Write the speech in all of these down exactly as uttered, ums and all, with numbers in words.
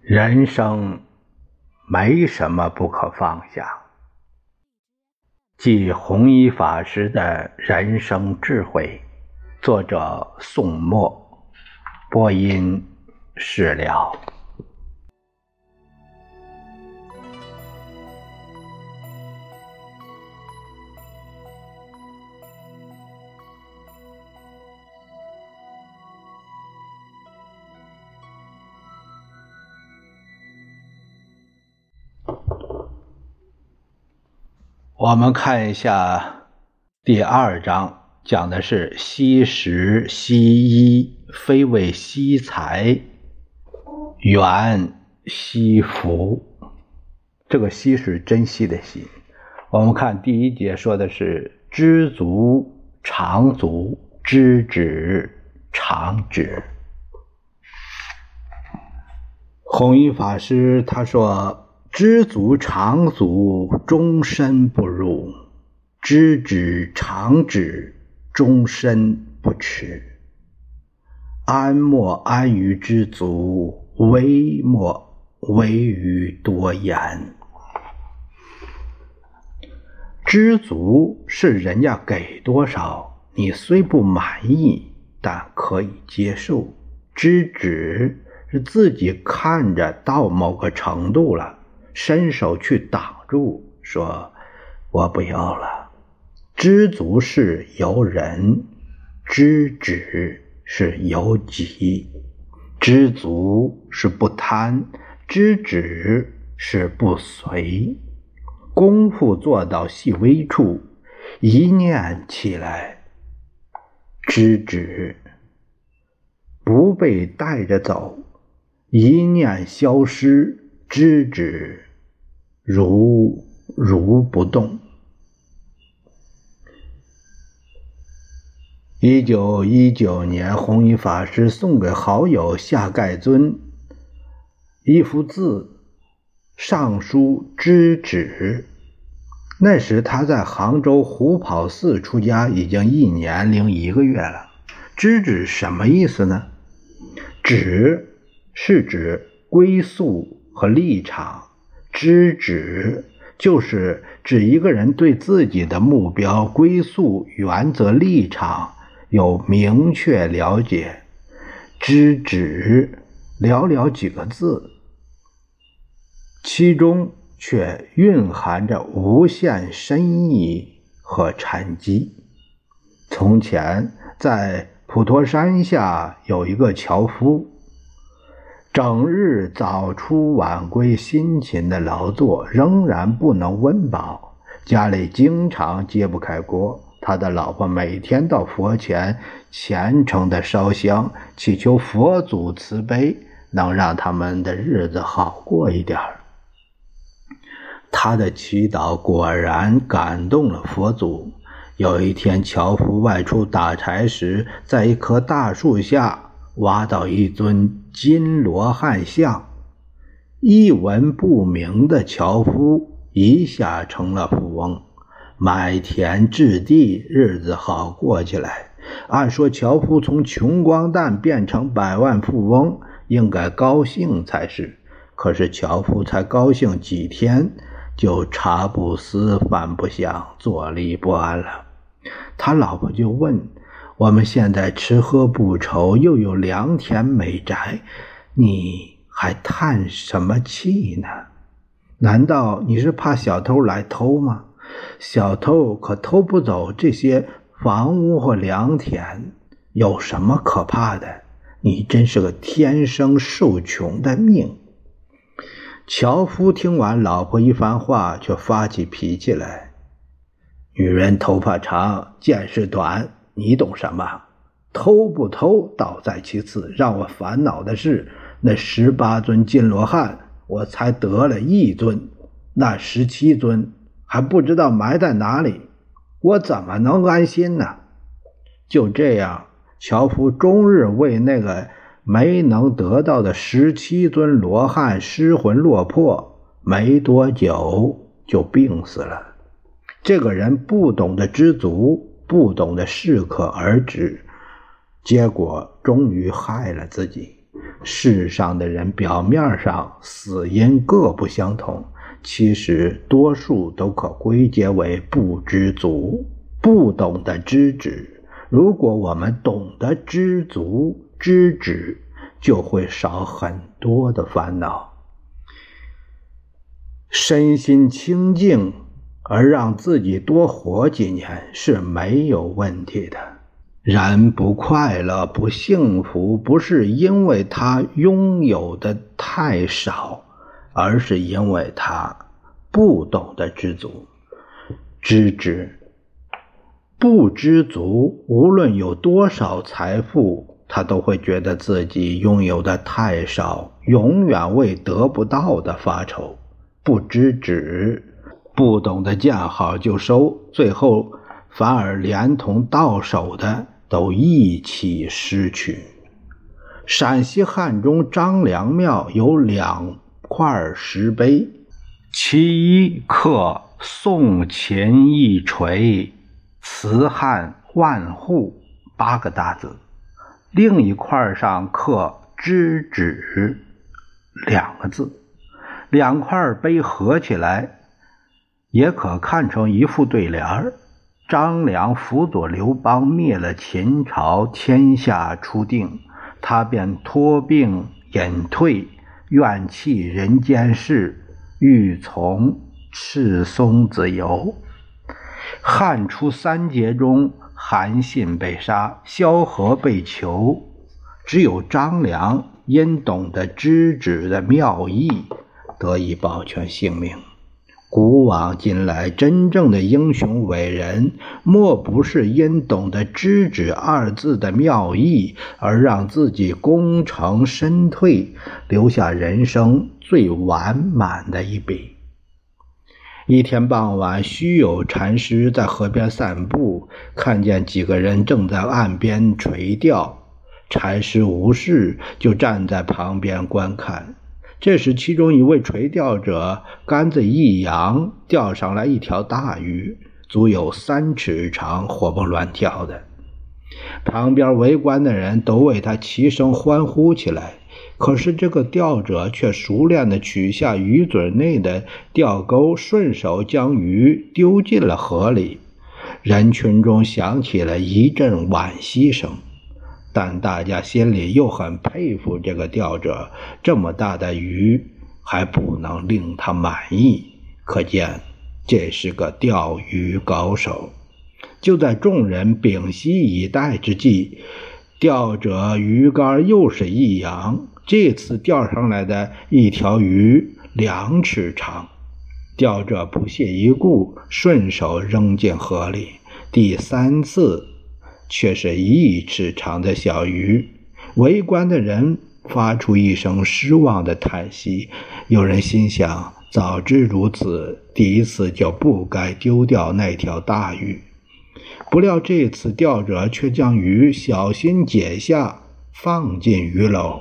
人生没什么不可放下。即弘一法师的人生智慧，作者宋墨，播音释了。我们看一下第二章，讲的是惜时惜衣，非为惜财，缘惜福。这个惜是珍惜的惜。我们看第一节说的是知足常足，知止常止。弘一法师他说，知足常足，终身不辱；知止常止，终身不耻。安莫安于知足，危莫危于多言。知足是人家给多少，你虽不满意，但可以接受。知止是自己看着到某个程度了，伸手去挡住，说我不要了。知足是由人，知止是由己。知足是不贪，知止是不随。功夫做到细微处，一念起来，知止不被带着走，一念消失，知止如如不动。一九一九年，弘一法师送给好友夏盖尊一幅字，上书知止。那时他在杭州虎跑寺出家，已经一年零一个月了。知止什么意思呢？止是指归宿和立场，知止就是指一个人对自己的目标、归宿、原则、立场有明确了解。知止寥寥几个字，其中却蕴含着无限深意和禅机。从前在普陀山下有一个樵夫，整日早出晚归，辛勤的劳作，仍然不能温饱，家里经常揭不开锅。他的老婆每天到佛前虔诚的烧香，祈求佛祖慈悲，能让他们的日子好过一点。他的祈祷果然感动了佛祖。有一天，樵夫外出打柴时，在一棵大树下挖到一尊金罗汉像。一文不名的樵夫一下成了富翁，买田置地，日子好过起来。按说樵夫从穷光蛋变成百万富翁，应该高兴才是。可是樵夫才高兴几天，就茶不思饭不想，坐立不安了。他老婆就问，我们现在吃喝不愁，又有良田美宅，你还叹什么气呢？难道你是怕小偷来偷吗？小偷可偷不走这些房屋和良田，有什么可怕的？你真是个天生受穷的命。樵夫听完老婆一番话，却发起脾气来。女人头发长，见识短，你懂什么？偷不偷倒在其次，让我烦恼的是那十八尊金罗汉，我才得了一尊，那十七尊还不知道埋在哪里，我怎么能安心呢？就这样，樵夫终日为那个没能得到的十七尊罗汉失魂落魄，没多久就病死了。这个人不懂得知足，不懂得适可而止，结果终于害了自己。 世上的人表面上死因各不相同，其实多数都可归结为不知足，不懂得知止。如果我们懂得知足知止，就会少很多的烦恼。身心清净而让自己多活几年是没有问题的。人不快乐不幸福，不是因为他拥有的太少，而是因为他不懂得知足知止。不知足，无论有多少财富，他都会觉得自己拥有的太少，永远为得不到的发愁。不知止，不懂得见好就收，最后反而连同到手的都一起失去。陕西汉中张良庙有两块石碑，其一刻宋秦一锤，辞汉万户八个大字，另一块上刻知止两个字。两块碑合起来也可看成一副对联。张良辅佐刘邦灭了秦朝，天下初定，他便托病隐退，愿弃人间事，欲从赤松子游。汉初三杰中，韩信被杀，萧何被囚，只有张良因懂得知止的妙义，得以保全性命。古往今来，真正的英雄伟人，莫不是因懂得知止二字的妙义，而让自己功成身退，留下人生最完满的一笔。一天傍晚，虚有禅师在河边散步，看见几个人正在岸边垂钓，禅师无事，就站在旁边观看。这时其中一位垂钓者杆子一扬，钓上来一条大鱼，足有三尺长，活蹦乱跳的。旁边围观的人都为他齐声欢呼起来。可是这个钓者却熟练地取下鱼嘴内的钓钩，顺手将鱼丢进了河里。人群中响起了一阵惋惜声，但大家心里又很佩服这个钓者，这么大的鱼还不能令他满意，可见这是个钓鱼高手。就在众人屏息以待之际，钓者鱼竿又是一扬，这次钓上来的一条鱼两尺长，钓者不屑一顾，顺手扔进河里。第三次却是一尺长的小鱼，围观的人发出一声失望的叹息。有人心想，早知如此，第一次就不该丢掉那条大鱼。不料这次钓者却将鱼小心解下，放进鱼篓。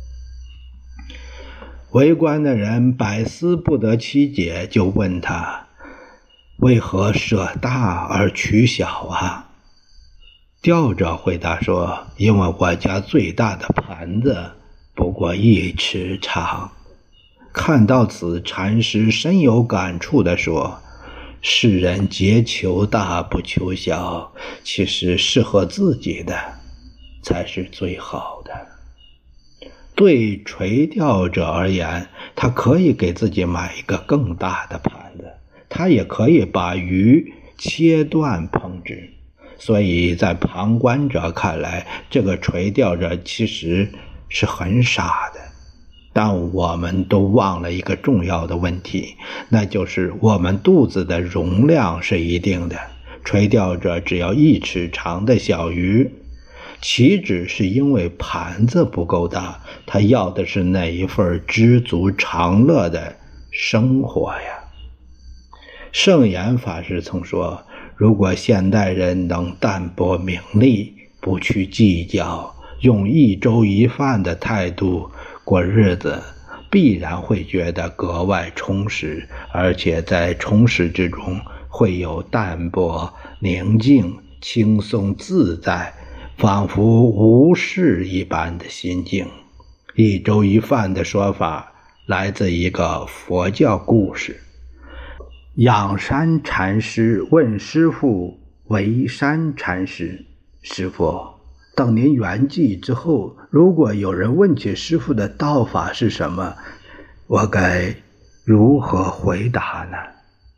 围观的人百思不得其解，就问他为何舍大而取小啊？钓者回答说，因为我家最大的盘子不过一尺长。看到此，禅师深有感触地说，世人皆求大不求小，其实适合自己的才是最好的。对垂钓者而言，他可以给自己买一个更大的盘子，他也可以把鱼切断烹制。所以在旁观者看来，这个垂钓者其实是很傻的。但我们都忘了一个重要的问题，那就是我们肚子的容量是一定的。垂钓者只要一尺长的小鱼，岂止是因为盘子不够大，他要的是那一份知足常乐的生活呀。圣严法师曾说，如果现代人能淡泊名利，不去计较，用一粥一饭的态度过日子，必然会觉得格外充实，而且在充实之中会有淡泊、宁静、轻松自在，仿佛无事一般的心境。 一粥一饭的说法来自一个佛教故事。仰山禅师问师父维山禅师：师父，等您圆寂之后，如果有人问起师父的道法是什么，我该如何回答呢？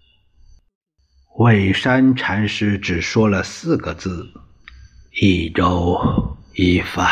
维山禅师只说了四个字：一粥一饭。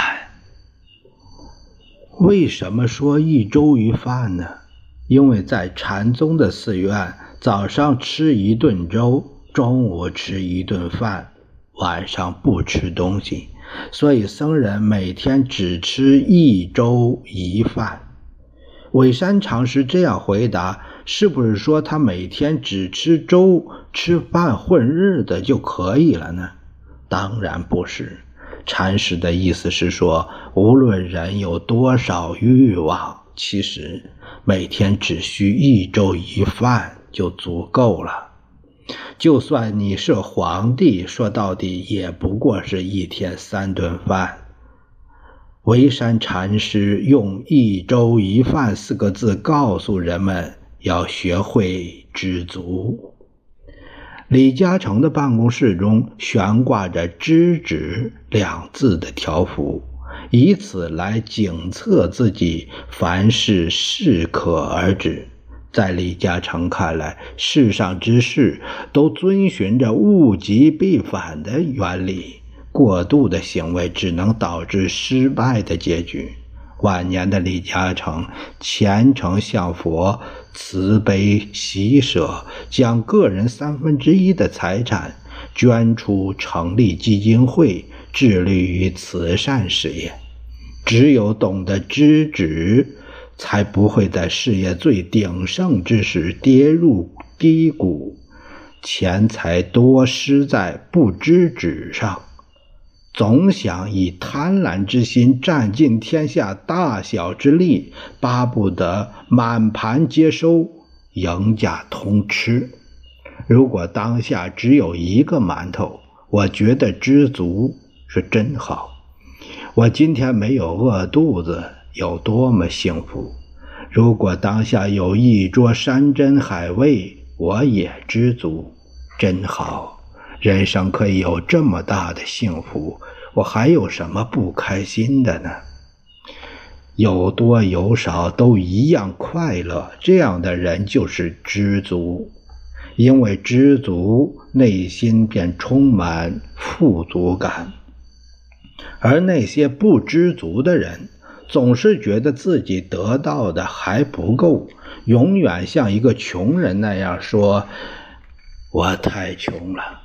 为什么说一粥一饭呢？因为在禅宗的寺院，早上吃一顿粥，中午吃一顿饭，晚上不吃东西，所以僧人每天只吃一粥一饭。韦山禅师这样回答，是不是说他每天只吃粥吃饭混日子就可以了呢？当然不是。禅师的意思是说，无论人有多少欲望，其实每天只需一粥一饭就足够了。就算你是皇帝，说到底也不过是一天三顿饭。维山禅师用一粥一饭四个字告诉人们要学会知足。李嘉诚的办公室中悬挂着知止两字的条幅，以此来警策自己凡事适可而止。在李嘉诚看来，世上之事都遵循着物极必反的原理，过度的行为只能导致失败的结局。晚年的李嘉诚虔诚向佛，慈悲喜舍，将个人三分之一的财产捐出成立基金会，致力于慈善事业。只有懂得知止，才不会在事业最鼎盛之时跌入低谷，钱财多失在不知止上。总想以贪婪之心占尽天下大小之利，巴不得满盘皆收，赢家通吃。如果当下只有一个馒头，我觉得知足是真好。我今天没有饿肚子，有多么幸福。如果当下有一桌山珍海味，我也知足，真好。人生可以有这么大的幸福，我还有什么不开心的呢？有多有少都一样快乐，这样的人就是知足。因为知足，内心便充满富足感。而那些不知足的人，总是觉得自己得到的还不够，永远像一个穷人那样说：我太穷了，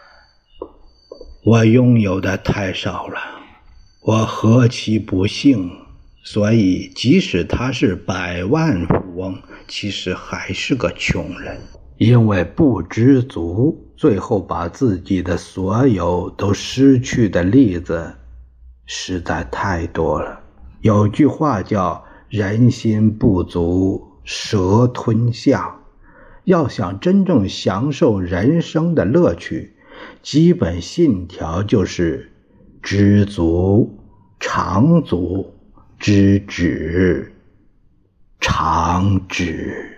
我拥有的太少了，我何其不幸。所以即使他是百万富翁，其实还是个穷人。因为不知足，最后把自己的所有都失去的例子实在太多了。有句话叫人心不足蛇吞象，要想真正享受人生的乐趣，基本信条就是知足常足，知止常止。